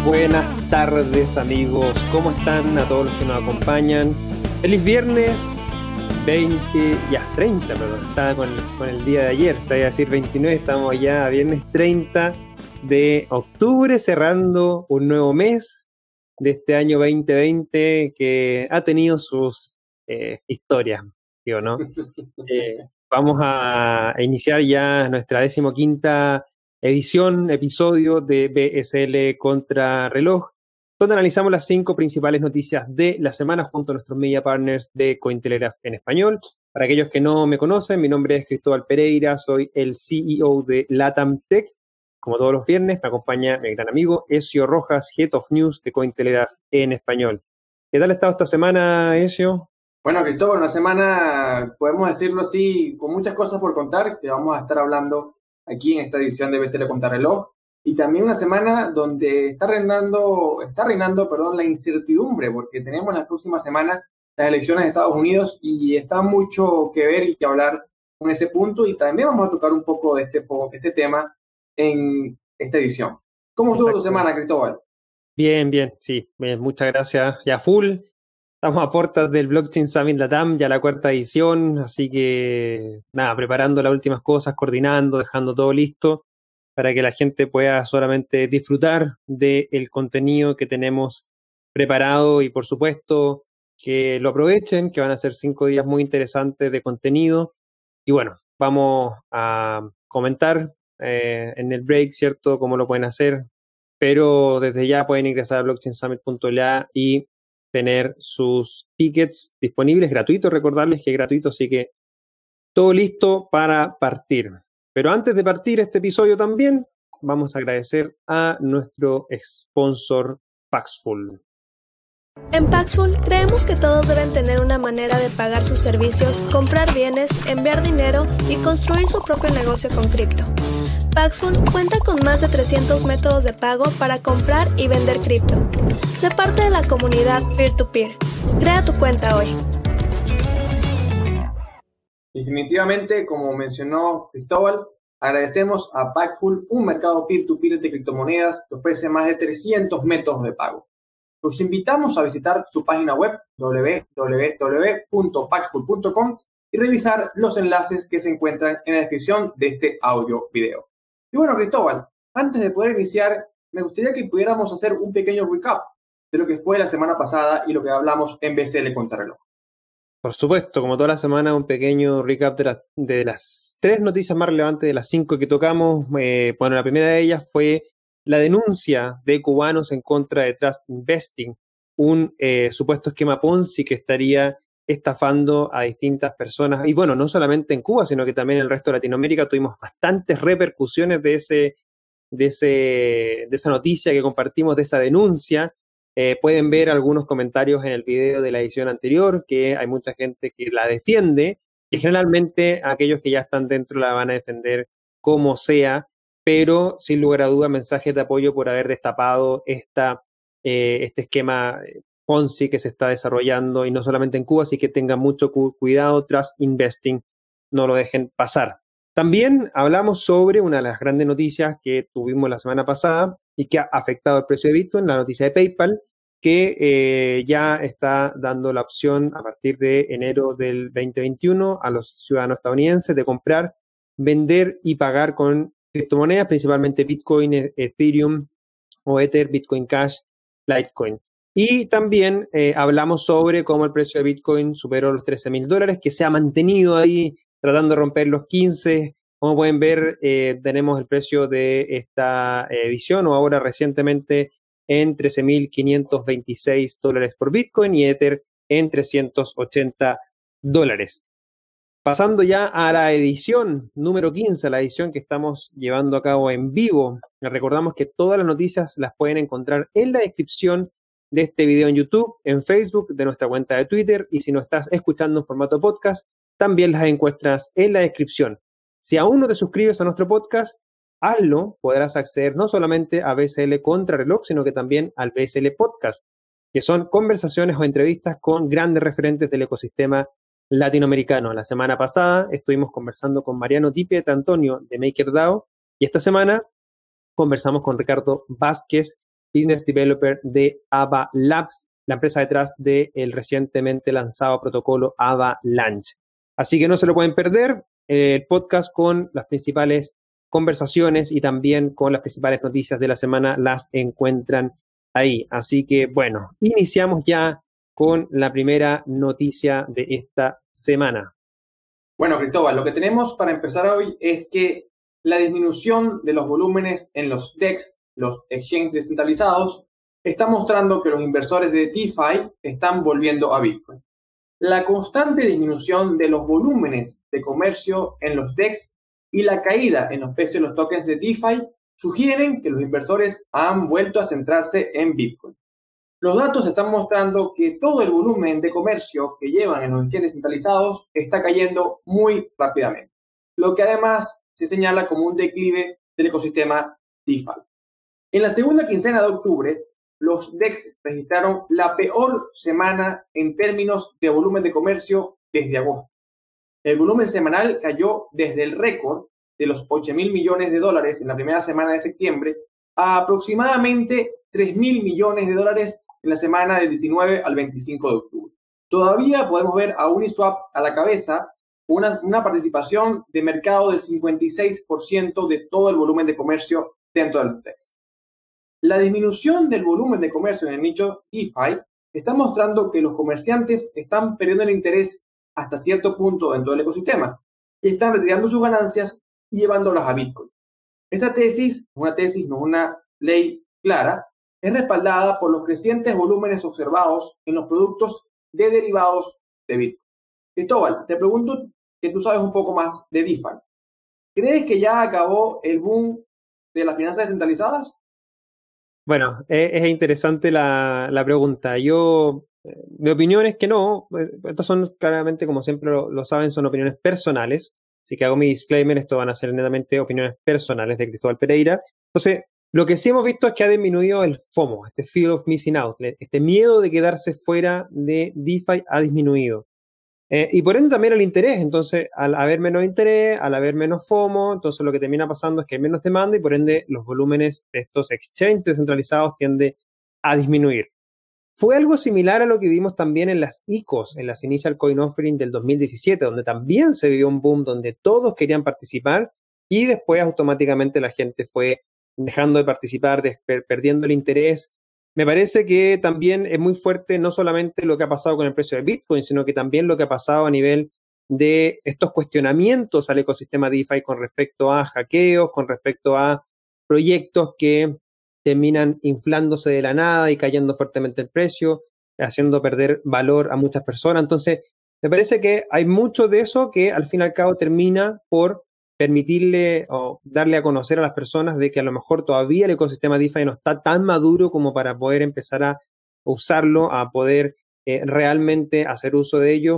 Buenas tardes, amigos. ¿Cómo están a todos los que nos acompañan? Feliz viernes 30, perdón. Estaba con el día de ayer, te voy a decir 29, estamos ya a viernes 30 de octubre, cerrando un nuevo mes de este año 2020 que ha tenido sus historias, ¿sí o no? Vamos a iniciar ya nuestra 15ª episodio de BSL Contrarreloj, donde analizamos las 5 principales noticias de la semana junto a nuestros media partners de Cointelegraph en español. Para aquellos que no me conocen, mi nombre es Cristóbal Pereira, soy el CEO de LATAM Tech. Como todos los viernes, me acompaña mi gran amigo Ezio Rojas, Head of News de Cointelegraph en español. ¿Qué tal ha estado esta semana, Ezio? Bueno, Cristóbal, una semana, podemos decirlo así, con muchas cosas por contar, que vamos a estar hablando aquí en esta edición de BCL Contrarreloj, y también una semana donde está reinando, la incertidumbre, porque tenemos la próxima semana las elecciones de Estados Unidos y está mucho que ver y que hablar con ese punto, y también vamos a tocar un poco de este tema en esta edición. ¿Cómo estuvo tu semana, Cristóbal? Bien, sí, muchas gracias. Ya full. Estamos a puertas del Blockchain Summit LATAM, ya la 4ª edición, así que nada, preparando las últimas cosas, coordinando, dejando todo listo para que la gente pueda solamente disfrutar del contenido que tenemos preparado y por supuesto que lo aprovechen, que van a ser 5 días muy interesantes de contenido. Y bueno, vamos a comentar en el break, ¿cierto?, cómo lo pueden hacer, pero desde ya pueden ingresar a blockchainsummit.la y tener sus tickets disponibles, gratuitos, recordarles que es gratuito, así que todo listo para partir. Pero antes de partir este episodio también, vamos a agradecer a nuestro sponsor Paxful. En Paxful creemos que todos deben tener una manera de pagar sus servicios, comprar bienes, enviar dinero y construir su propio negocio con cripto. Paxful cuenta con más de 300 métodos de pago para comprar y vender cripto. Sé parte de la comunidad peer-to-peer. Crea tu cuenta hoy. Definitivamente, como mencionó Cristóbal, agradecemos a Paxful, un mercado peer-to-peer de criptomonedas que ofrece más de 300 métodos de pago. Los invitamos a visitar su página web www.paxful.com y revisar los enlaces que se encuentran en la descripción de este audio video. Y bueno, Cristóbal, antes de poder iniciar, me gustaría que pudiéramos hacer un pequeño recap de lo que fue la semana pasada y lo que hablamos en BCL Contrarreloj. Por supuesto, como toda la semana, un pequeño recap de las 3 noticias más relevantes de las 5 que tocamos. Bueno, la primera de ellas fue la denuncia de cubanos en contra de Trust Investing, un supuesto esquema Ponzi que estaría estafando a distintas personas. Y bueno, no solamente en Cuba, sino que también en el resto de Latinoamérica tuvimos bastantes repercusiones de esa noticia que compartimos, de esa denuncia. Pueden ver algunos comentarios en el video de la edición anterior, que hay mucha gente que la defiende, y generalmente aquellos que ya están dentro la van a defender como sea, pero sin lugar a duda mensajes de apoyo por haber destapado este esquema Ponzi que se está desarrollando, y no solamente en Cuba, así que tengan mucho cuidado. Trust Investing, no lo dejen pasar. También hablamos sobre una de las grandes noticias que tuvimos la semana pasada y que ha afectado el precio de Bitcoin, la noticia de PayPal, que ya está dando la opción a partir de enero del 2021 a los ciudadanos estadounidenses de comprar, vender y pagar con criptomonedas, principalmente Bitcoin, Ethereum o Ether, Bitcoin Cash, Litecoin. Y también hablamos sobre cómo el precio de Bitcoin superó los $13,000, que se ha mantenido ahí tratando de romper los 15. Como pueden ver, tenemos el precio de esta edición o ahora recientemente en $13,526 por Bitcoin y Ether en $380. Pasando ya a la edición número 15, la edición que estamos llevando a cabo en vivo. Les recordamos que todas las noticias las pueden encontrar en la descripción de este video en YouTube, en Facebook, de nuestra cuenta de Twitter, y si no estás escuchando en formato podcast, también las encuentras en la descripción. Si aún no te suscribes a nuestro podcast, hazlo. Podrás acceder no solamente a BSL Contrarreloj, sino que también al BSL Podcast, que son conversaciones o entrevistas con grandes referentes del ecosistema latinoamericano. La semana pasada estuvimos conversando con Mariano Di Pietrantonio de MakerDAO, y esta semana conversamos con Ricardo Vázquez Business Developer de Ava Labs, la empresa detrás del recientemente lanzado protocolo Avalanche. Así que no se lo pueden perder, el podcast con las principales conversaciones y también con las principales noticias de la semana las encuentran ahí. Así que bueno, iniciamos ya con la primera noticia de esta semana. Bueno, Cristóbal, lo que tenemos para empezar hoy es que la disminución de los volúmenes en los DEX, los exchanges descentralizados, está mostrando que los inversores de DeFi están volviendo a Bitcoin. La constante disminución de los volúmenes de comercio en los DEX y la caída en los precios de los tokens de DeFi sugieren que los inversores han vuelto a centrarse en Bitcoin. Los datos están mostrando que todo el volumen de comercio que llevan en los exchanges centralizados está cayendo muy rápidamente, lo que además se señala como un declive del ecosistema DeFi. En la segunda quincena de octubre, los DEX registraron la peor semana en términos de volumen de comercio desde agosto. El volumen semanal cayó desde el récord de los $8.000 millones en la primera semana de septiembre a aproximadamente $3.000 millones en la semana del 19 al 25 de octubre. Todavía podemos ver a Uniswap a la cabeza, una participación de mercado del 56% de todo el volumen de comercio dentro del DEX. La disminución del volumen de comercio en el nicho DeFi está mostrando que los comerciantes están perdiendo el interés hasta cierto punto dentro del ecosistema y están retirando sus ganancias y llevándolas a Bitcoin. Esta tesis, no es una ley clara, es respaldada por los crecientes volúmenes observados en los productos de derivados de Bitcoin. Cristóbal, te pregunto que tú sabes un poco más de DeFi. ¿Crees que ya acabó el boom de las finanzas descentralizadas? Bueno, es interesante la pregunta. Mi opinión es que no. Estas son claramente, como siempre lo saben, son opiniones personales. Así que hago mi disclaimer, esto van a ser netamente opiniones personales de Cristóbal Pereira. Entonces, lo que sí hemos visto es que ha disminuido el FOMO, este Fear of Missing Out, este miedo de quedarse fuera de DeFi ha disminuido. Y por ende también el interés. Entonces, al haber menos interés, al haber menos FOMO, entonces lo que termina pasando es que hay menos demanda y por ende los volúmenes de estos exchanges descentralizados tienden a disminuir. Fue algo similar a lo que vimos también en las ICOs, en las Initial Coin Offering del 2017, donde también se vio un boom donde todos querían participar y después automáticamente la gente fue dejando de participar, perdiendo el interés. Me parece que también es muy fuerte no solamente lo que ha pasado con el precio de Bitcoin, sino que también lo que ha pasado a nivel de estos cuestionamientos al ecosistema DeFi con respecto a hackeos, con respecto a proyectos que terminan inflándose de la nada y cayendo fuertemente el precio, haciendo perder valor a muchas personas. Entonces, me parece que hay mucho de eso que al fin y al cabo termina por permitirle o darle a conocer a las personas de que a lo mejor todavía el ecosistema DeFi no está tan maduro como para poder empezar a usarlo, a poder realmente hacer uso de ellos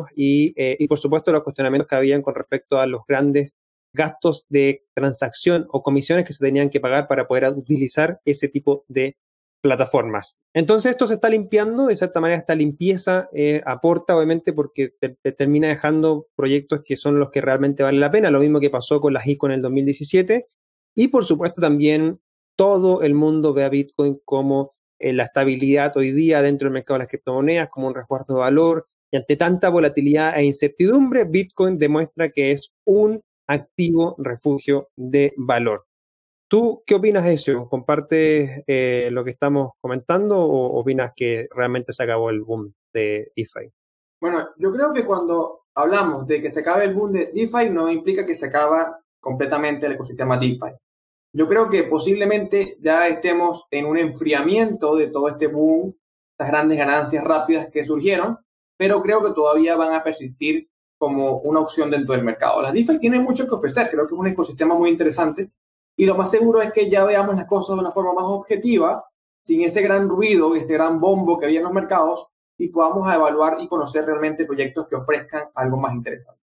y por supuesto los cuestionamientos que habían con respecto a los grandes gastos de transacción o comisiones que se tenían que pagar para poder utilizar ese tipo de plataformas. Entonces esto se está limpiando, de cierta manera esta limpieza aporta obviamente porque te termina dejando proyectos que son los que realmente valen la pena, lo mismo que pasó con las ICO en el 2017 y por supuesto también todo el mundo ve a Bitcoin como la estabilidad hoy día dentro del mercado de las criptomonedas, como un resguardo de valor y ante tanta volatilidad e incertidumbre, Bitcoin demuestra que es un activo refugio de valor. ¿Tú qué opinas de eso? ¿Compartes lo que estamos comentando o opinas que realmente se acabó el boom de DeFi? Bueno, yo creo que cuando hablamos de que se acabe el boom de DeFi no implica que se acaba completamente el ecosistema DeFi. Yo creo que posiblemente ya estemos en un enfriamiento de todo este boom, estas grandes ganancias rápidas que surgieron, pero creo que todavía van a persistir como una opción dentro del mercado. Las DeFi tienen mucho que ofrecer, creo que es un ecosistema muy interesante y lo más seguro es que ya veamos las cosas de una forma más objetiva, sin ese gran ruido, ese gran bombo que había en los mercados y podamos evaluar y conocer realmente proyectos que ofrezcan algo más interesante.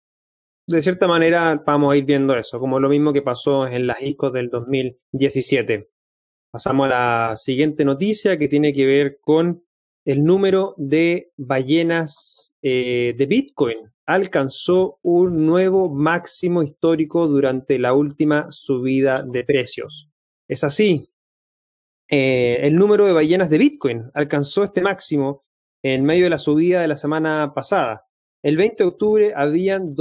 De cierta manera vamos a ir viendo eso, como lo mismo que pasó en las ICO del 2017. Pasamos a la siguiente noticia que tiene que ver con el número de ballenas de Bitcoin. Alcanzó un nuevo máximo histórico durante la última subida de precios. ¿Es así? el número de ballenas de Bitcoin alcanzó este máximo en medio de la subida de la semana pasada. El 20 de octubre habían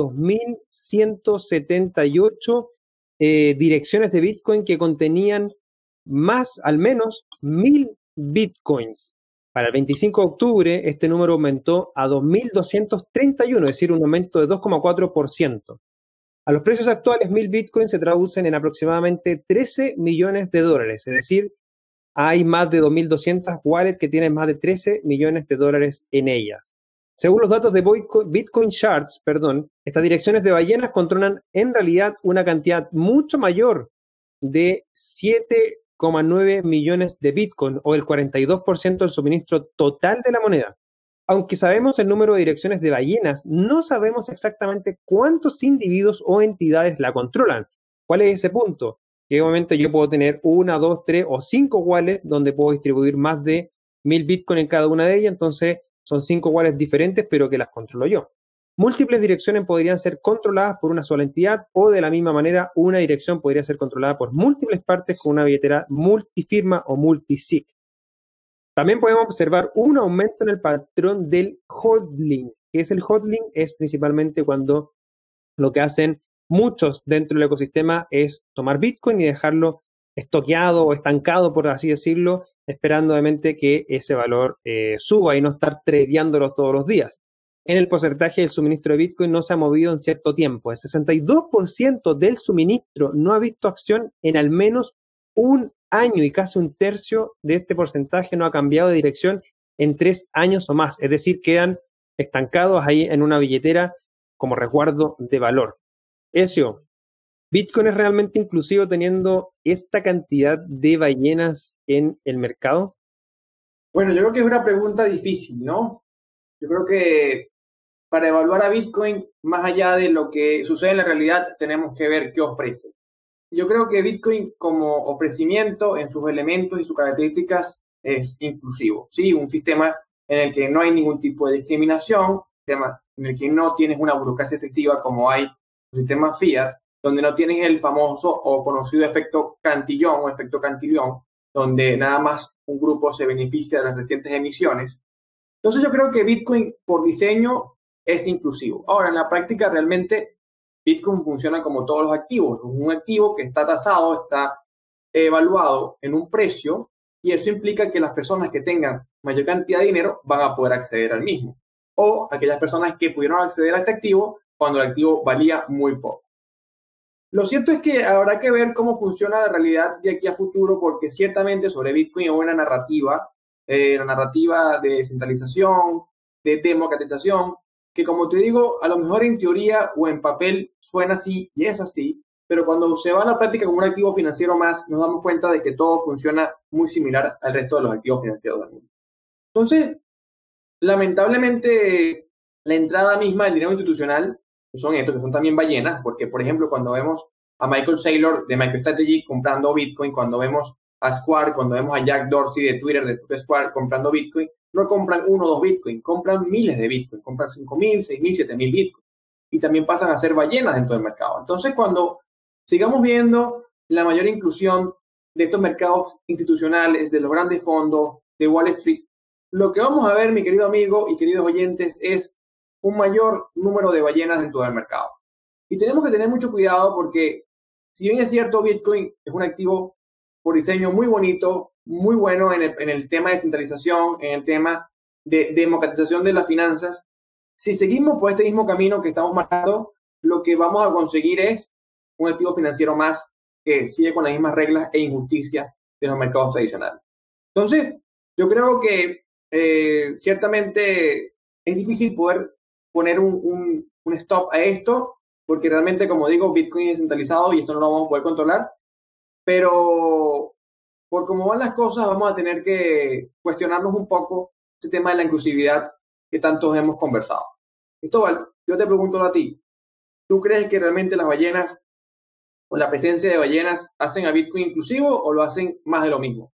2.178 direcciones de Bitcoin que contenían al menos 1.000 Bitcoins. Para el 25 de octubre, este número aumentó a 2.231, es decir, un aumento de 2,4%. A los precios actuales, 1.000 Bitcoins se traducen en aproximadamente $13 millones, es decir, hay más de 2.200 wallets que tienen más de $13 millones en ellas. Según los datos de Bitcoin Charts, estas direcciones de ballenas controlan en realidad una cantidad mucho mayor de 7,9 millones de Bitcoin, o el 42% del suministro total de la moneda. Aunque sabemos el número de direcciones de ballenas, no sabemos exactamente cuántos individuos o entidades la controlan. ¿Cuál es ese punto? Que obviamente yo puedo tener 1, 2, 3 o 5 wallets donde puedo distribuir más de 1.000 Bitcoin en cada una de ellas, entonces son 5 wallets diferentes, pero que las controlo yo. Múltiples direcciones podrían ser controladas por una sola entidad, o de la misma manera una dirección podría ser controlada por múltiples partes con una billetera multifirma o multisig. También podemos observar un aumento en el patrón del hodling. ¿Qué es el hodling? Es principalmente cuando lo que hacen muchos dentro del ecosistema es tomar Bitcoin y dejarlo estoqueado o estancado, por así decirlo, esperando obviamente que ese valor suba y no estar tradeándolo todos los días. En el porcentaje del suministro de Bitcoin no se ha movido en cierto tiempo. El 62% del suministro no ha visto acción en al menos un año, y casi un tercio de este porcentaje no ha cambiado de dirección en 3 años o más. Es decir, quedan estancados ahí en una billetera como resguardo de valor. Ezio, ¿Bitcoin es realmente inclusivo teniendo esta cantidad de ballenas en el mercado? Bueno, yo creo que es una pregunta difícil, ¿no? Yo creo que para evaluar a Bitcoin, más allá de lo que sucede en la realidad, tenemos que ver qué ofrece. Yo creo que Bitcoin como ofrecimiento en sus elementos y sus características es inclusivo, ¿sí? Un sistema en el que no hay ningún tipo de discriminación, un sistema en el que no tienes una burocracia excesiva como hay un sistema fiat, donde no tienes el famoso o conocido efecto cantillón o efecto cantillón, donde nada más un grupo se beneficia de las recientes emisiones. Entonces yo creo que Bitcoin por diseño es inclusivo. Ahora, en la práctica realmente Bitcoin funciona como todos los activos. Es un activo que está tasado, está evaluado en un precio, y eso implica que las personas que tengan mayor cantidad de dinero van a poder acceder al mismo. O aquellas personas que pudieron acceder a este activo cuando el activo valía muy poco. Lo cierto es que habrá que ver cómo funciona la realidad de aquí a futuro, porque ciertamente sobre Bitcoin hay una narrativa, la narrativa de descentralización, de democratización, que como te digo, a lo mejor en teoría o en papel suena así y es así, pero cuando se va a la práctica como un activo financiero más, nos damos cuenta de que todo funciona muy similar al resto de los activos financieros del mundo. Entonces, lamentablemente, la entrada misma del dinero institucional, que son estos, que son también ballenas, porque, por ejemplo, cuando vemos a Michael Saylor de MicroStrategy comprando Bitcoin, cuando vemos a Square, cuando vemos a Jack Dorsey de Twitter, de Square, comprando Bitcoin, no compran 1 o 2 Bitcoin, compran miles de Bitcoin, compran 5.000, 6.000, 7.000 Bitcoin, y también pasan a ser ballenas dentro del mercado. Entonces, cuando sigamos viendo la mayor inclusión de estos mercados institucionales, de los grandes fondos, de Wall Street, lo que vamos a ver, mi querido amigo y queridos oyentes, es un mayor número de ballenas dentro del mercado. Y tenemos que tener mucho cuidado porque, si bien es cierto, Bitcoin es un activo por diseño muy bonito, muy bueno en el tema de centralización, en el tema de democratización de las finanzas, si seguimos por este mismo camino que estamos marcando, lo que vamos a conseguir es un activo financiero más que sigue con las mismas reglas e injusticias de los mercados tradicionales. Entonces, yo creo que ciertamente es difícil poder poner un stop a esto, porque realmente, como digo, Bitcoin es descentralizado y esto no lo vamos a poder controlar, pero por cómo van las cosas vamos a tener que cuestionarnos un poco ese tema de la inclusividad que tantos hemos conversado. Cristóbal, yo te pregunto a ti, ¿tú crees que realmente las ballenas o la presencia de ballenas hacen a Bitcoin inclusivo o lo hacen más de lo mismo?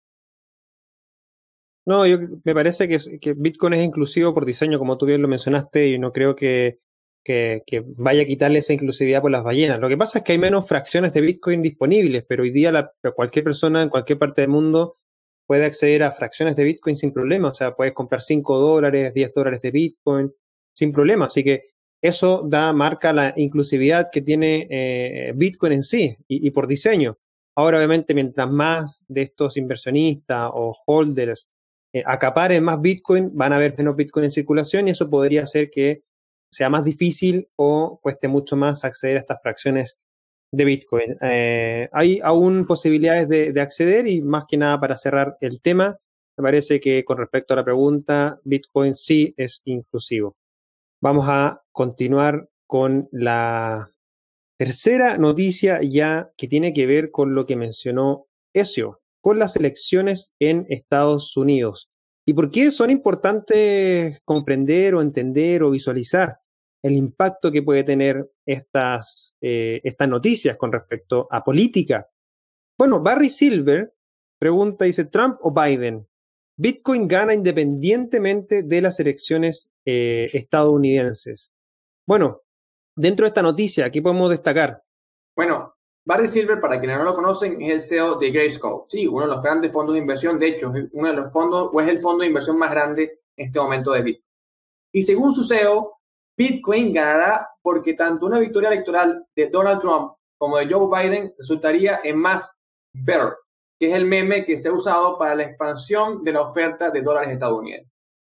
No, me parece que Bitcoin es inclusivo por diseño, como tú bien lo mencionaste, y no creo que vaya a quitarle esa inclusividad por las ballenas. Lo que pasa es que hay menos fracciones de Bitcoin disponibles, pero hoy día cualquier persona en cualquier parte del mundo puede acceder a fracciones de Bitcoin sin problema. O sea, puedes comprar $5, $10 de Bitcoin sin problema. Así que eso marca la inclusividad que tiene Bitcoin en sí y por diseño. Ahora, obviamente, mientras más de estos inversionistas o holders acaparen más Bitcoin, van a haber menos Bitcoin en circulación y eso podría hacer que sea más difícil o cueste mucho más acceder a estas fracciones de Bitcoin. Hay aún posibilidades de acceder y más que nada para cerrar el tema, me parece que con respecto a la pregunta, Bitcoin sí es inclusivo. Vamos a continuar con la tercera noticia ya que tiene que ver con lo que mencionó Ezio, con las elecciones en Estados Unidos. ¿Y por qué son importantes comprender o entender o visualizar el impacto que puede tener estas noticias con respecto a política? Bueno, Barry Silver pregunta, dice, ¿Trump o Biden? Bitcoin gana independientemente de las elecciones estadounidenses. Bueno, dentro de esta noticia, ¿qué podemos destacar? Bueno, Barry Silver, para quienes no lo conocen, es el CEO de Grayscale. Sí, uno de los grandes fondos de inversión. De hecho, es uno de los fondos, o es el fondo de inversión más grande en este momento de Bitcoin. Y según su CEO, Bitcoin ganará porque tanto una victoria electoral de Donald Trump como de Joe Biden resultaría en más better, que es el meme que se ha usado para la expansión de la oferta de dólares estadounidenses.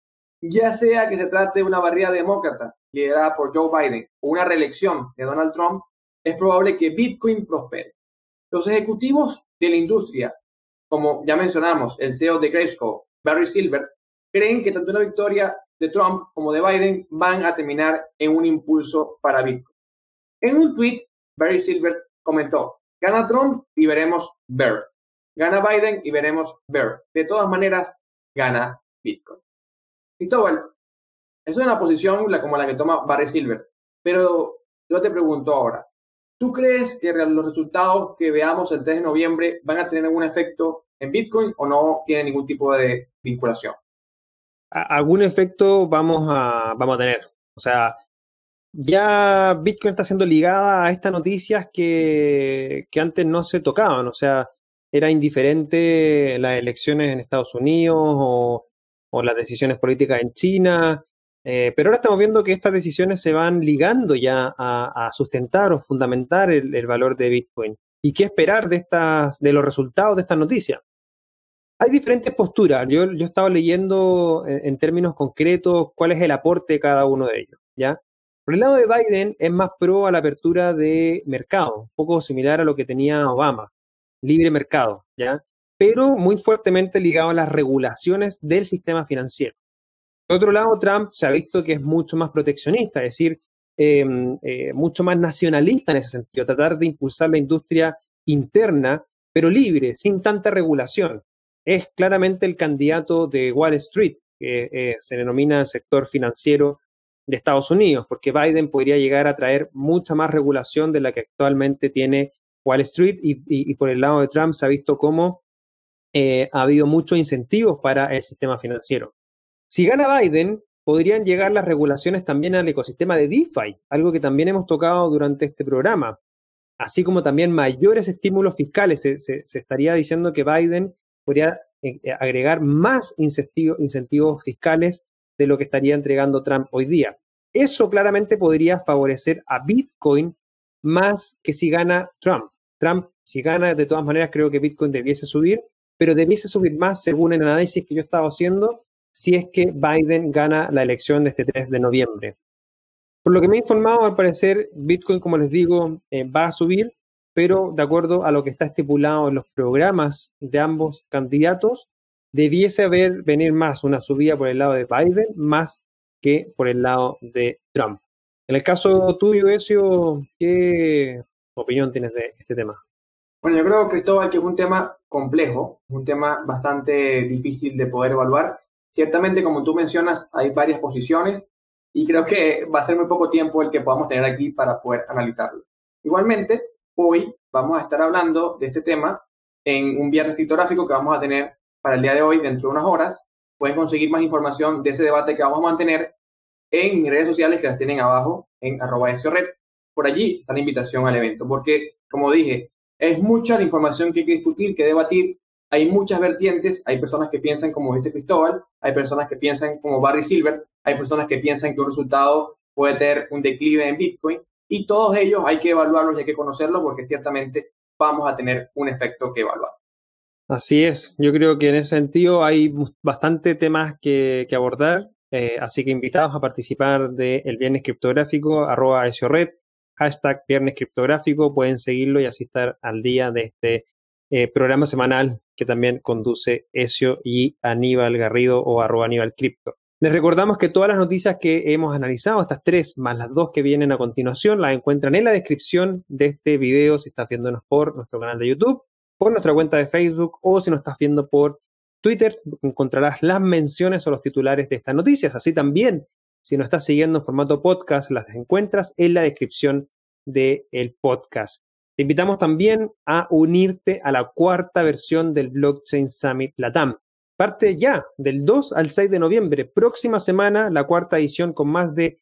Ya sea que se trate de una barrida demócrata liderada por Joe Biden o una reelección de Donald Trump, es probable que Bitcoin prospere. Los ejecutivos de la industria, como ya mencionamos, el CEO de Grayscale, Barry Silver, creen que tanto una victoria de Trump como de Biden van a terminar en un impulso para Bitcoin. En un tweet, Barry Silver comentó, gana Trump y veremos bear. Gana Biden y veremos bear. De todas maneras, gana Bitcoin. Cristóbal, eso es una posición como la que toma Barry Silver. Pero yo te pregunto ahora, ¿tú crees que los resultados que veamos el 3 de noviembre van a tener algún efecto en Bitcoin o no tienen ningún tipo de vinculación? Algún efecto vamos a tener. O sea, ya Bitcoin está siendo ligada a estas noticias que antes no se tocaban. O sea, era indiferente las elecciones en Estados Unidos o las decisiones políticas en China. Pero ahora estamos viendo que estas decisiones se van ligando ya a sustentar o fundamentar el valor de Bitcoin. ¿Y qué esperar de los resultados de estas noticias? Hay diferentes posturas. Yo estaba leyendo en términos concretos cuál es el aporte de cada uno de ellos, ¿ya? Por el lado de Biden es más pro a la apertura de mercado, un poco similar a lo que tenía Obama, libre mercado, ¿ya? Pero muy fuertemente ligado a las regulaciones del sistema financiero. Por otro lado, Trump se ha visto que es mucho más proteccionista, es decir, mucho más nacionalista en ese sentido, tratar de impulsar la industria interna, pero libre, sin tanta regulación. Es claramente el candidato de Wall Street, que se denomina el sector financiero de Estados Unidos, porque Biden podría llegar a traer mucha más regulación de la que actualmente tiene Wall Street y por el lado de Trump se ha visto cómo ha habido muchos incentivos para el sistema financiero. Si gana Biden, podrían llegar las regulaciones también al ecosistema de DeFi, algo que también hemos tocado durante este programa, así como también mayores estímulos fiscales. Se estaría diciendo que Biden podría agregar más incentivos fiscales de lo que estaría entregando Trump hoy día. Eso claramente podría favorecer a Bitcoin más que si gana Trump. Trump, si gana, de todas maneras, creo que Bitcoin debiese subir, pero debiese subir más según el análisis que yo estaba haciendo si es que Biden gana la elección de este 3 de noviembre. Por lo que me he informado, al parecer, Bitcoin, como les digo, va a subir, pero de acuerdo a lo que está estipulado en los programas de ambos candidatos, debiese venir más una subida por el lado de Biden más que por el lado de Trump. En el caso tuyo, Ezio, ¿qué opinión tienes de este tema? Bueno, yo creo, Cristóbal, que es un tema complejo, un tema bastante difícil de poder evaluar. Ciertamente, como tú mencionas, hay varias posiciones y creo que va a ser muy poco tiempo el que podamos tener aquí para poder analizarlo. Igualmente, hoy vamos a estar hablando de este tema en un viernes criptográfico que vamos a tener para el día de hoy, dentro de unas horas. Pueden conseguir más información de ese debate que vamos a mantener en mis redes sociales, que las tienen abajo en @EzioRed. Por allí está la invitación al evento, porque, como dije, es mucha la información que hay que discutir, que debatir. hay muchas vertientes, hay personas que piensan como dice Cristóbal, hay personas que piensan como Barry Silbert, hay personas que piensan que un resultado puede tener un declive en Bitcoin, y todos ellos hay que evaluarlos y hay que conocerlos porque ciertamente vamos a tener un efecto que evaluar. Así es, yo creo que en ese sentido hay bastante temas que abordar, así que invitados a participar del Viernes Criptográfico, @EsioRed, #Viernes Criptográfico, pueden seguirlo y así estar al día de este programa semanal que también conduce Ezio y Aníbal Garrido o @AníbalCripto. Les recordamos que todas las noticias que hemos analizado, estas 3 más las 2 que vienen a continuación, las encuentran en la descripción de este video si estás viéndonos por nuestro canal de YouTube, por nuestra cuenta de Facebook o si nos estás viendo por Twitter, encontrarás las menciones o los titulares de estas noticias. Así también, si nos estás siguiendo en formato podcast, las encuentras en la descripción del podcast. Te invitamos también a unirte a la 4ª versión del Blockchain Summit LATAM. Parte ya del 2 al 6 de noviembre. Próxima semana, la 4ª edición con más de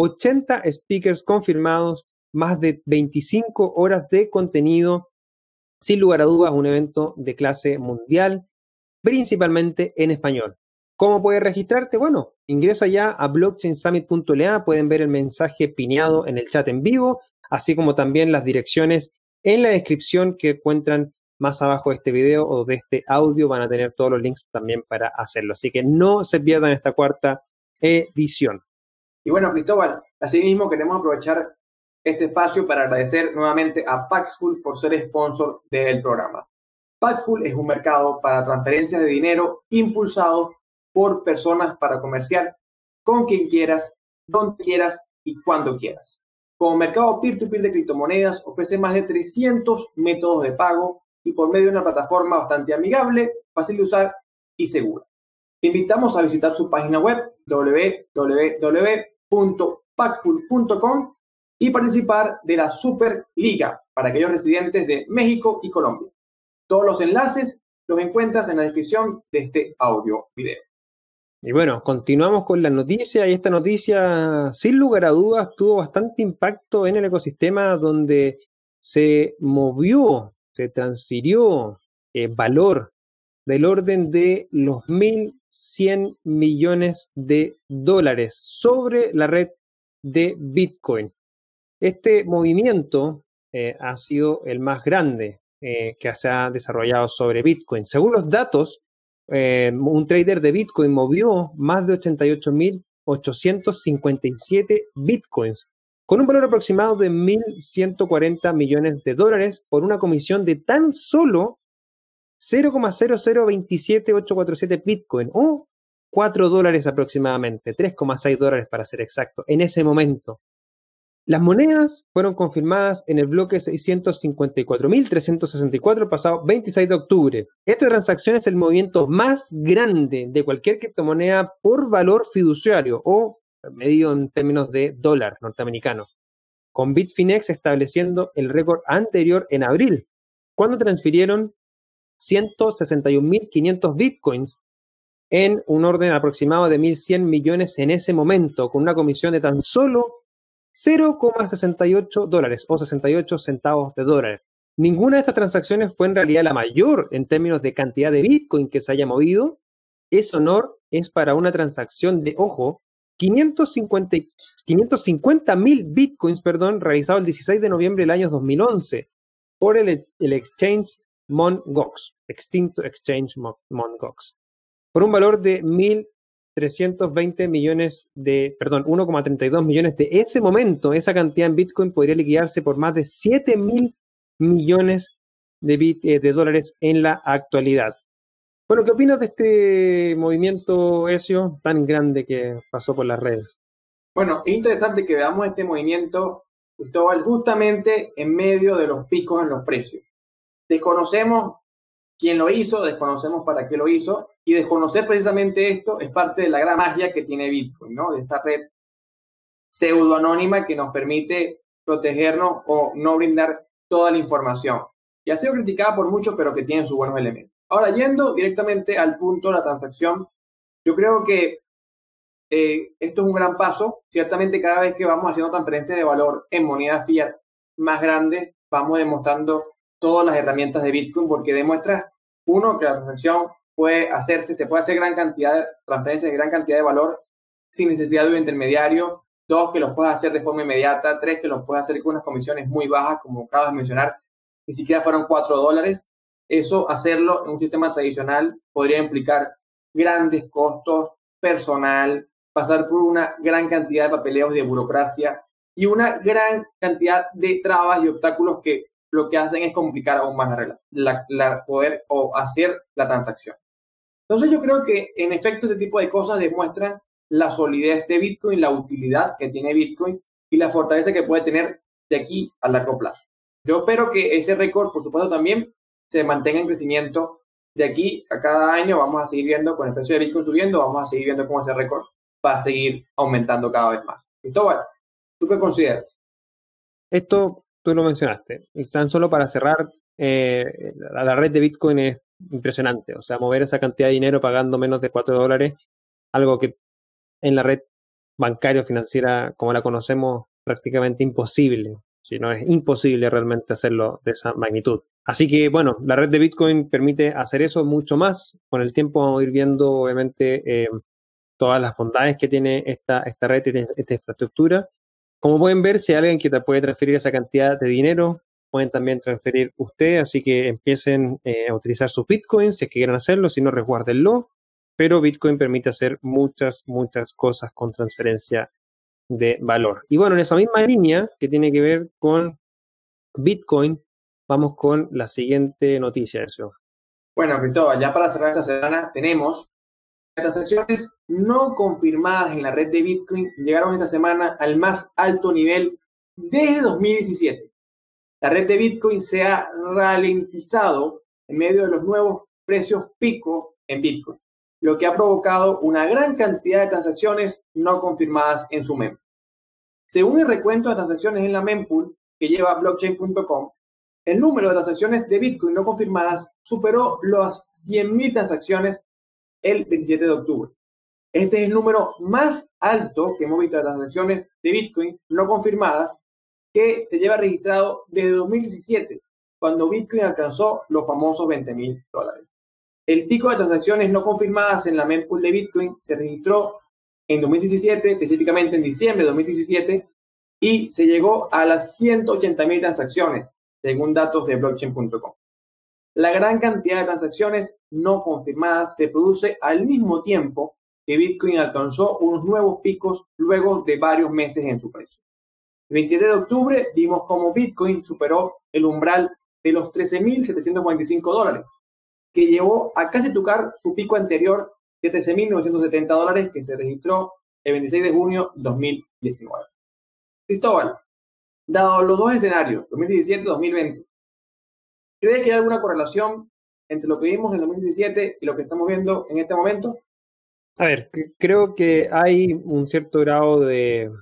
80 speakers confirmados, más de 25 horas de contenido. Sin lugar a dudas, un evento de clase mundial, principalmente en español. ¿Cómo puedes registrarte? Bueno, ingresa ya a blockchainsummit.la, pueden ver el mensaje pineado en el chat en vivo, así como también las direcciones en la descripción que encuentran más abajo de este video o de este audio. Van a tener todos los links también para hacerlo. Así que no se pierdan esta 4ª edición. Y bueno, Cristóbal, asimismo queremos aprovechar este espacio para agradecer nuevamente a Paxful por ser sponsor del programa. Paxful es un mercado para transferencias de dinero impulsado por personas para comerciar con quien quieras, donde quieras y cuando quieras. Como mercado peer-to-peer de criptomonedas, ofrece más de 300 métodos de pago y por medio de una plataforma bastante amigable, fácil de usar y segura. Te invitamos a visitar su página web www.paxful.com y participar de la Superliga para aquellos residentes de México y Colombia. Todos los enlaces los encuentras en la descripción de este audio video. Y bueno, continuamos con la noticia, y esta noticia, sin lugar a dudas, tuvo bastante impacto en el ecosistema, donde se movió, se transfirió valor del orden de los 1.100 millones de dólares sobre la red de Bitcoin. Este movimiento ha sido el más grande que se ha desarrollado sobre Bitcoin. Según los datos, un trader de Bitcoin movió más de 88.857 Bitcoins, con un valor aproximado de 1.140 millones de dólares por una comisión de tan solo 0,0027847 Bitcoin, o $4 aproximadamente, $3,6 para ser exacto, en ese momento. Las monedas fueron confirmadas en el bloque 654.364 el pasado 26 de octubre. Esta transacción es el movimiento más grande de cualquier criptomoneda por valor fiduciario o medido en términos de dólar norteamericano, con Bitfinex estableciendo el récord anterior en abril, cuando transfirieron 161.500 Bitcoins en un orden aproximado de 1.100 millones en ese momento, con una comisión de tan solo $0,68 o 68 centavos de dólar. Ninguna de estas transacciones fue en realidad la mayor en términos de cantidad de Bitcoin que se haya movido. Ese honor es para una transacción de, ojo, 550.000 Bitcoins, realizado el 16 de noviembre del año 2011 por el exchange Mt. Gox, extinto exchange Mt. Gox, por un valor de 1.320 millones de, 1,32 millones de ese momento. Esa cantidad en Bitcoin podría liquidarse por más de 7.000 millones de dólares en la actualidad. Bueno, ¿qué opinas de este movimiento, Ezio, tan grande que pasó por las redes? Bueno, es interesante que veamos este movimiento, Cristóbal, justamente en medio de los picos en los precios. Desconocemos quién lo hizo, desconocemos para qué lo hizo, y desconocer precisamente esto es parte de la gran magia que tiene Bitcoin, ¿no? De esa red pseudo-anónima que nos permite protegernos o no brindar toda la información. Y ha sido criticada por muchos, pero que tiene sus buenos elementos. Ahora, yendo directamente al punto de la transacción, yo creo que esto es un gran paso. Ciertamente, cada vez que vamos haciendo transferencias de valor en moneda fiat más grandes, vamos demostrando todas las herramientas de Bitcoin, porque demuestra Uno, que la transacción se puede hacer gran cantidad de transferencias de gran cantidad de valor sin necesidad de un intermediario. Dos, que los puedes hacer de forma inmediata. Tres, que los puedes hacer con unas comisiones muy bajas, como acabas de mencionar, ni siquiera fueron $4. Eso, hacerlo en un sistema tradicional, podría implicar grandes costos, personal, pasar por una gran cantidad de papeleos de burocracia y una gran cantidad de trabas y obstáculos que lo que hacen es complicar aún más poder o hacer la transacción. Entonces yo creo que en efecto este tipo de cosas demuestran la solidez de Bitcoin, la utilidad que tiene Bitcoin y la fortaleza que puede tener de aquí a largo plazo. Yo espero que ese récord, por supuesto, también se mantenga en crecimiento de aquí a cada año. Vamos a seguir viendo con el precio de Bitcoin subiendo, vamos a seguir viendo cómo ese récord va a seguir aumentando cada vez más. Cristóbal, ¿tú qué consideras? Esto tú lo mencionaste. Y tan solo para cerrar, la red de Bitcoin es impresionante. O sea, mover esa cantidad de dinero pagando menos de $4, algo que en la red bancaria o financiera como la conocemos prácticamente imposible. Si no, es imposible realmente hacerlo de esa magnitud. Así que, bueno, la red de Bitcoin permite hacer eso mucho más. Con el tiempo vamos a ir viendo, obviamente, todas las bondades que tiene esta red y esta infraestructura. Como pueden ver, si hay alguien que te puede transferir esa cantidad de dinero, pueden también transferir ustedes, así que empiecen a utilizar sus Bitcoins si es que quieren hacerlo, si no, resguárdenlo. Pero Bitcoin permite hacer muchas cosas con transferencia de valor. Y bueno, en esa misma línea que tiene que ver con Bitcoin, vamos con la siguiente noticia, eso. Bueno, Cristóbal, ya para cerrar esta semana tenemos transacciones no confirmadas en la red de Bitcoin llegaron esta semana al más alto nivel desde 2017. La red de Bitcoin se ha ralentizado en medio de los nuevos precios pico en Bitcoin, lo que ha provocado una gran cantidad de transacciones no confirmadas en su mempool. Según el recuento de transacciones en la mempool que lleva blockchain.com, el número de transacciones de Bitcoin no confirmadas superó las 100.000 transacciones el 27 de octubre. Este es el número más alto que hemos visto de transacciones de Bitcoin no confirmadas que se lleva registrado desde 2017, cuando Bitcoin alcanzó los famosos $20,000. El pico de transacciones no confirmadas en la mempool de Bitcoin se registró en 2017, específicamente en diciembre de 2017, y se llegó a las 180.000 transacciones, según datos de blockchain.com. La gran cantidad de transacciones no confirmadas se produce al mismo tiempo que Bitcoin alcanzó unos nuevos picos luego de varios meses en su precio. El 27 de octubre vimos cómo Bitcoin superó el umbral de los $13,745, que llevó a casi tocar su pico anterior de $13,970 que se registró el 26 de junio de 2019. Cristóbal, dado los dos escenarios, 2017 y 2020, ¿cree que hay alguna correlación entre lo que vimos en 2017 y lo que estamos viendo en este momento? A ver, creo que hay un cierto grado de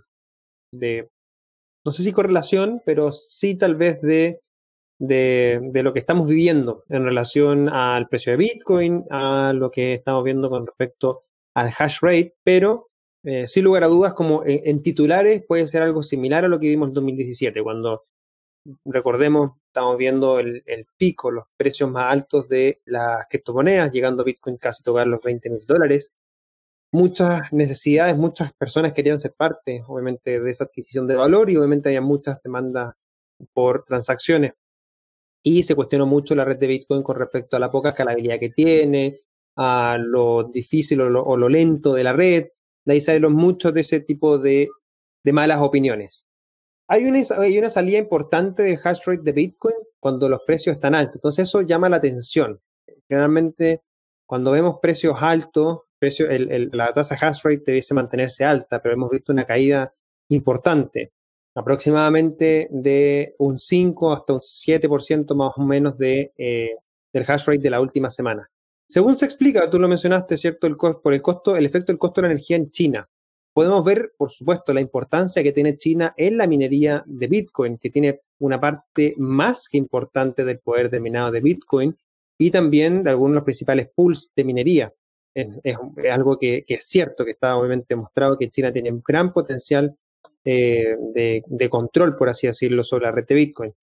no sé si correlación, pero sí tal vez de lo que estamos viviendo en relación al precio de Bitcoin, a lo que estamos viendo con respecto al hash rate, pero sin lugar a dudas, como en titulares puede ser algo similar a lo que vimos en 2017, cuando, recordemos, estamos viendo el pico, los precios más altos de las criptomonedas, llegando a Bitcoin casi a tocar los $20,000. Muchas necesidades, muchas personas querían ser parte, obviamente, de esa adquisición de valor y obviamente había muchas demandas por transacciones. Y se cuestionó mucho la red de Bitcoin con respecto a la poca escalabilidad que tiene, a lo difícil o lo lento de la red. De ahí salen muchos de ese tipo de malas opiniones. Hay una salida importante del hash rate de Bitcoin cuando los precios están altos. Entonces eso llama la atención. Generalmente cuando vemos precios altos, la tasa hash rate debiese mantenerse alta, pero hemos visto una caída importante, aproximadamente de un 5 hasta un 7% más o menos del hash rate de la última semana. Según se explica, tú lo mencionaste, ¿cierto? El efecto del costo de la energía en China. Podemos ver, por supuesto, la importancia que tiene China en la minería de Bitcoin, que tiene una parte más que importante del poder de minado de Bitcoin y también de algunos de los principales pools de minería. Es algo que es cierto, que está obviamente demostrado que China tiene un gran potencial de control, por así decirlo, sobre la red de Bitcoin.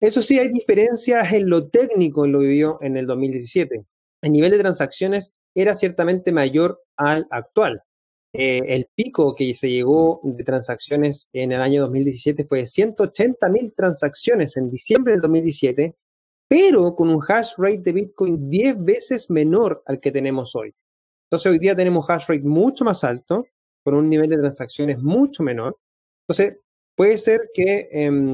Eso sí, hay diferencias en lo técnico en lo vivido en el 2017. El nivel de transacciones era ciertamente mayor al actual. El pico que se llegó de transacciones en el año 2017 fue de 180.000 transacciones en diciembre del 2017, pero con un hash rate de Bitcoin 10 veces menor al que tenemos hoy. Entonces hoy día tenemos un hash rate mucho más alto, con un nivel de transacciones mucho menor. Entonces puede ser que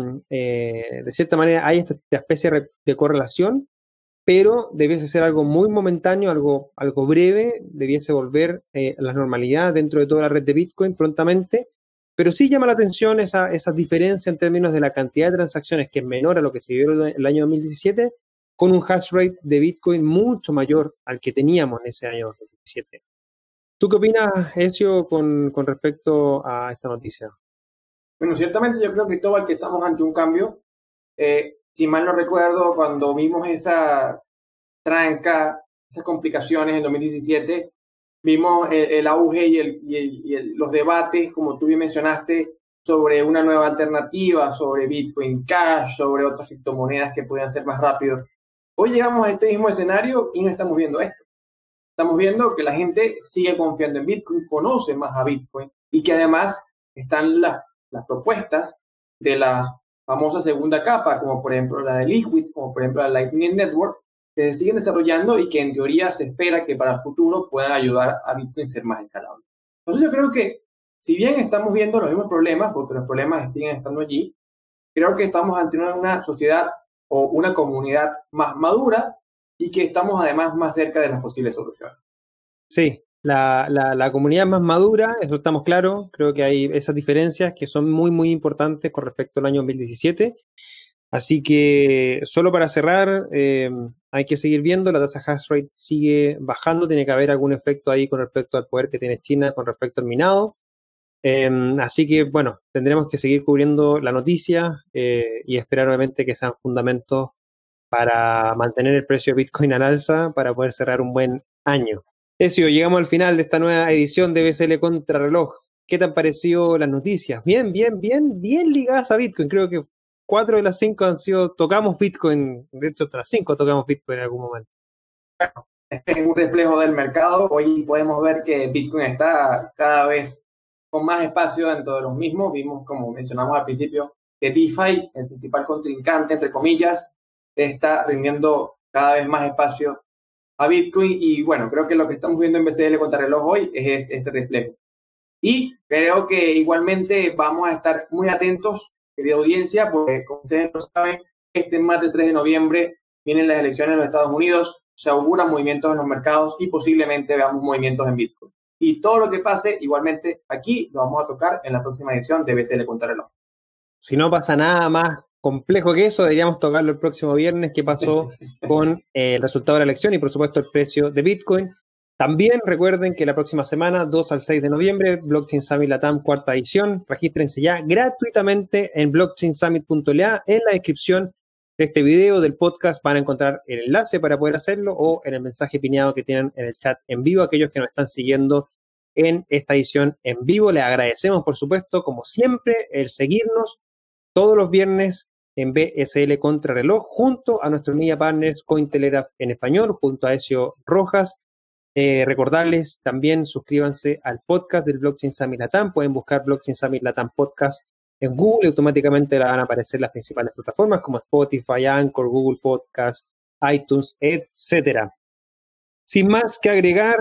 de cierta manera hay esta especie de correlación, pero debiese ser algo muy momentáneo, algo breve, debiese volver a la normalidad dentro de toda la red de Bitcoin prontamente, pero sí llama la atención esa diferencia en términos de la cantidad de transacciones, que es menor a lo que se vio en el año 2017, con un hash rate de Bitcoin mucho mayor al que teníamos en ese año 2017. ¿Tú qué opinas, Ezio, con respecto a esta noticia? Bueno, ciertamente yo creo, Cristóbal, que estamos ante un cambio. Si mal no recuerdo, cuando vimos esa tranca, esas complicaciones en 2017, vimos el auge y los debates, como tú bien mencionaste, sobre una nueva alternativa, sobre Bitcoin Cash, sobre otras criptomonedas que podían ser más rápidos. Hoy llegamos a este mismo escenario y no estamos viendo esto. Estamos viendo que la gente sigue confiando en Bitcoin, conoce más a Bitcoin y que además están las propuestas de la famosa segunda capa, como por ejemplo la de Liquid, como por ejemplo la Lightning Network, que se siguen desarrollando y que en teoría se espera que para el futuro puedan ayudar a Bitcoin a ser más escalable. Entonces yo creo que si bien estamos viendo los mismos problemas, porque los problemas siguen estando allí, creo que estamos ante una sociedad o una comunidad más madura y que estamos además más cerca de las posibles soluciones. Sí, la comunidad es más madura, eso estamos claros. Creo que hay esas diferencias que son muy, muy importantes con respecto al año 2017. Así que, solo para cerrar, hay que seguir viendo, la tasa hash rate sigue bajando, tiene que haber algún efecto ahí con respecto al poder que tiene China con respecto al minado. Así que, bueno, tendremos que seguir cubriendo la noticia y esperar obviamente que sean fundamentos para mantener el precio de Bitcoin al alza para poder cerrar un buen año. Ezio, llegamos al final de esta nueva edición de BCL Contrarreloj. ¿Qué te han parecido las noticias? Bien ligadas a Bitcoin. Creo que 4 de las 5 tocamos Bitcoin. De hecho, hasta las 5 tocamos Bitcoin en algún momento. Bueno, este es un reflejo del mercado. Hoy podemos ver que Bitcoin está cada vez con más espacio dentro de los mismos. Vimos, como mencionamos al principio, que DeFi, el principal contrincante, entre comillas, está rindiendo cada vez más espacio a Bitcoin. Y bueno, creo que lo que estamos viendo en BCL Contrarreloj hoy es ese reflejo. Y creo que igualmente vamos a estar muy atentos, querida audiencia, porque como ustedes lo saben, este martes 3 de noviembre vienen las elecciones en los Estados Unidos, se auguran movimientos en los mercados y posiblemente veamos movimientos en Bitcoin. Y todo lo que pase, igualmente aquí lo vamos a tocar en la próxima edición de BCL Contrarreloj. Si no pasa nada más complejo que eso, deberíamos tocarlo el próximo viernes, qué pasó con el resultado de la elección y por supuesto el precio de Bitcoin. También recuerden que la próxima semana, 2 al 6 de noviembre, Blockchain Summit Latam, cuarta edición. Regístrense ya gratuitamente en blockchainsummit.la. En la descripción de este video, del podcast, van a encontrar el enlace para poder hacerlo o en el mensaje pineado que tienen en el chat en vivo. Aquellos que nos están siguiendo en esta edición en vivo, les agradecemos, por supuesto, como siempre, el seguirnos todos los viernes en BSL Contrarreloj, junto a nuestros media partners Cointelegraph en español, junto a Ezio Rojas. Recordarles también, suscríbanse al podcast del Blockchain Summit Latam. Pueden buscar Blockchain Summit Latam Podcast en Google y automáticamente van a aparecer las principales plataformas como Spotify, Anchor, Google Podcast, iTunes, etcétera. Sin más que agregar,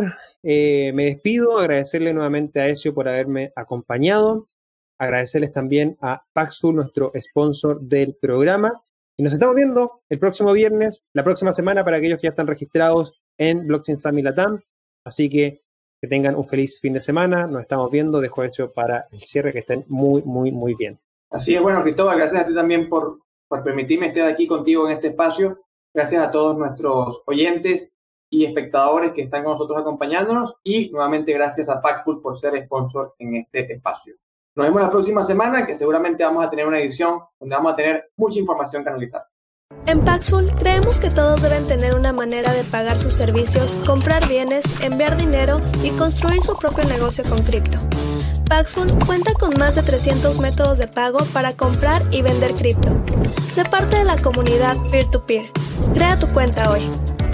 me despido. Agradecerle nuevamente a Ezio por haberme acompañado. Agradecerles también a Paxful, nuestro sponsor del programa. Y nos estamos viendo el próximo viernes, la próxima semana, para aquellos que ya están registrados en Blockchain Summit Latam. Así que tengan un feliz fin de semana. Nos estamos viendo. Dejo hecho para el cierre, que estén muy, muy, muy bien. Así es, bueno, Cristóbal, gracias a ti también por permitirme estar aquí contigo en este espacio. Gracias a todos nuestros oyentes y espectadores que están con nosotros acompañándonos. Y nuevamente gracias a Paxful por ser sponsor en este espacio. Nos vemos la próxima semana, que seguramente vamos a tener una edición donde vamos a tener mucha información que analizar. En Paxful creemos que todos deben tener una manera de pagar sus servicios, comprar bienes, enviar dinero y construir su propio negocio con cripto. Paxful cuenta con más de 300 métodos de pago para comprar y vender cripto. Sé parte de la comunidad peer-to-peer. Crea tu cuenta hoy.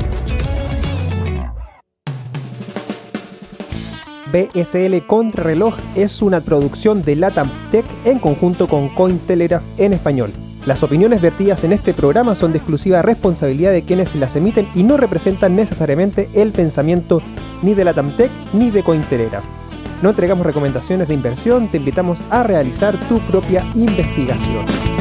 BSL Contrarreloj es una producción de LATAM Tech en conjunto con Cointelegraph en español. Las opiniones vertidas en este programa son de exclusiva responsabilidad de quienes las emiten y no representan necesariamente el pensamiento ni de LATAM Tech ni de Cointelegraph. No entregamos recomendaciones de inversión, te invitamos a realizar tu propia investigación.